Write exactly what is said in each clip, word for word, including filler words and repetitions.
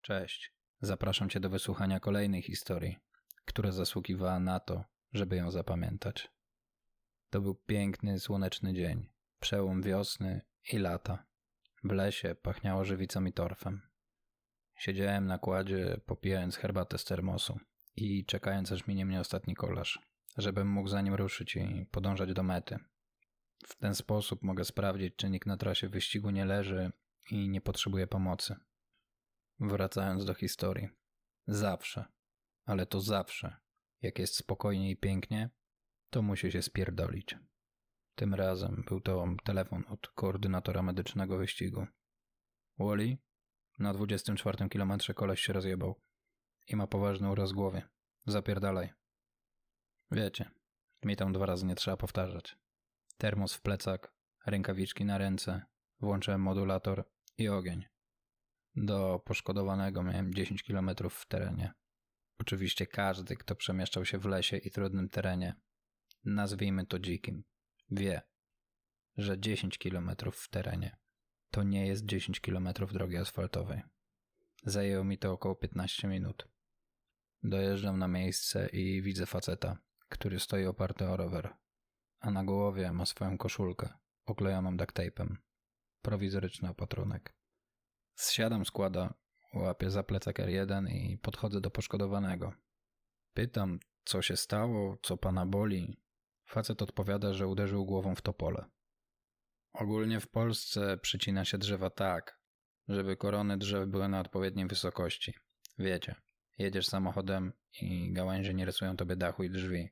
Cześć, zapraszam Cię do wysłuchania kolejnej historii, która zasługiwała na to, żeby ją zapamiętać. To był piękny, słoneczny dzień, przełom wiosny i lata. W lesie pachniało żywicą i torfem. Siedziałem na kładzie, popijając herbatę z termosu i czekając, aż minie mnie ostatni kolarz, żebym mógł za nim ruszyć i podążać do mety. W ten sposób mogę sprawdzić, czy nikt na trasie wyścigu nie leży i nie potrzebuje pomocy. Wracając do historii. Zawsze, ale to zawsze, jak jest spokojnie i pięknie, to musi się spierdolić. Tym razem był to telefon od koordynatora medycznego wyścigu. Wally? Na dwudziestym czwartym kilometrze koleś się rozjebał i ma poważny uraz głowy. Zapierdalaj. Wiecie, mi tam dwa razy nie trzeba powtarzać. Termos w plecak, rękawiczki na ręce, włączyłem modulator i ogień. Do poszkodowanego miałem dziesięć kilometrów w terenie. Oczywiście każdy, kto przemieszczał się w lesie i trudnym terenie, nazwijmy to dzikim, wie, że dziesięć kilometrów w terenie to nie jest dziesięć kilometrów drogi asfaltowej. Zajęło mi to około piętnaście minut. Dojeżdżam na miejsce i widzę faceta, który stoi oparty o rower, a na głowie ma swoją koszulkę oklejoną duct tape'em. Prowizoryczny opatrunek. Zsiadam z kłada, łapię za plecak R jeden i podchodzę do poszkodowanego. Pytam, co się stało, co pana boli. Facet odpowiada, że uderzył głową w topole. Ogólnie w Polsce przycina się drzewa tak, żeby korony drzew były na odpowiedniej wysokości. Wiecie, jedziesz samochodem i gałęzie nie rysują tobie dachu i drzwi.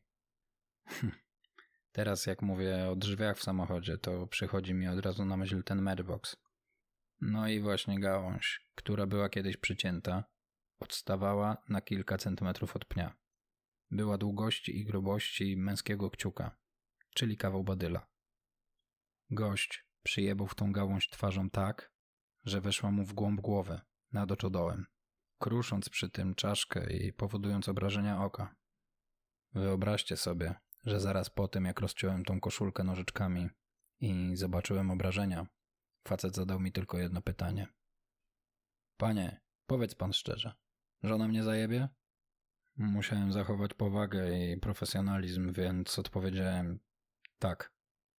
Teraz jak mówię o drzwiach w samochodzie, to przychodzi mi od razu na myśl ten matchbox. No i właśnie gałąź, która była kiedyś przycięta, odstawała na kilka centymetrów od pnia. Była długości i grubości męskiego kciuka, czyli kawał badyla. Gość przyjebał w tą gałąź twarzą tak, że weszła mu w głąb głowy, nad oczodołem, krusząc przy tym czaszkę i powodując obrażenia oka. Wyobraźcie sobie, że zaraz po tym, jak rozciąłem tą koszulkę nożyczkami i zobaczyłem obrażenia, facet zadał mi tylko jedno pytanie. Panie, powiedz pan szczerze, żona mnie zajebie? Musiałem zachować powagę i profesjonalizm, więc odpowiedziałem tak.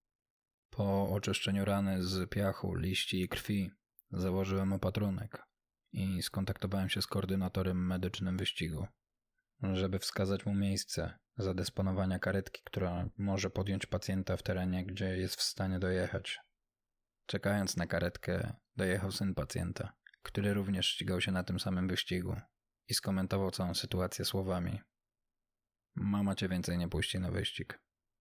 Po oczyszczeniu rany z piachu, liści i krwi założyłem opatrunek i skontaktowałem się z koordynatorem medycznym wyścigu, żeby wskazać mu miejsce zadysponowania karetki, która może podjąć pacjenta w terenie, gdzie jest w stanie dojechać. Czekając na karetkę, dojechał syn pacjenta, który również ścigał się na tym samym wyścigu i skomentował całą sytuację słowami: mama cię więcej nie puści na wyścig.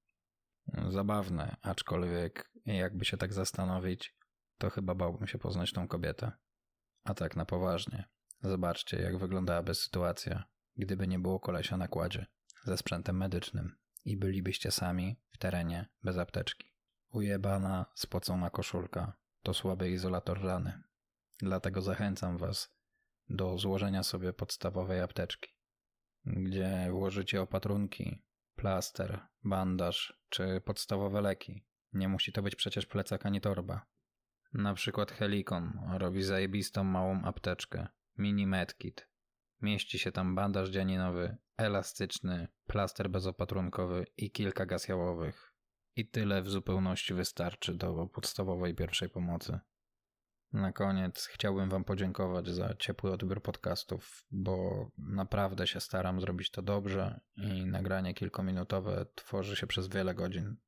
Zabawne, aczkolwiek jakby się tak zastanowić, to chyba bałbym się poznać tą kobietę. A tak na poważnie, zobaczcie, jak wyglądałaby sytuacja, gdyby nie było kolesia na kładzie ze sprzętem medycznym i bylibyście sami w terenie bez apteczki. Ujebana, spocona koszulka to słaby izolator rany. Dlatego zachęcam was do złożenia sobie podstawowej apteczki, gdzie włożycie opatrunki, plaster, bandaż czy podstawowe leki. Nie musi to być przecież plecak ani torba. Na przykład Helikon robi zajebistą małą apteczkę, mini medkit. Mieści się tam bandaż dzianinowy, elastyczny, plaster bezopatrunkowy i kilka gaz jałowych. I tyle w zupełności wystarczy do podstawowej pierwszej pomocy. Na koniec chciałbym wam podziękować za ciepły odbiór podcastów, bo naprawdę się staram zrobić to dobrze i nagranie kilkuminutowe tworzy się przez wiele godzin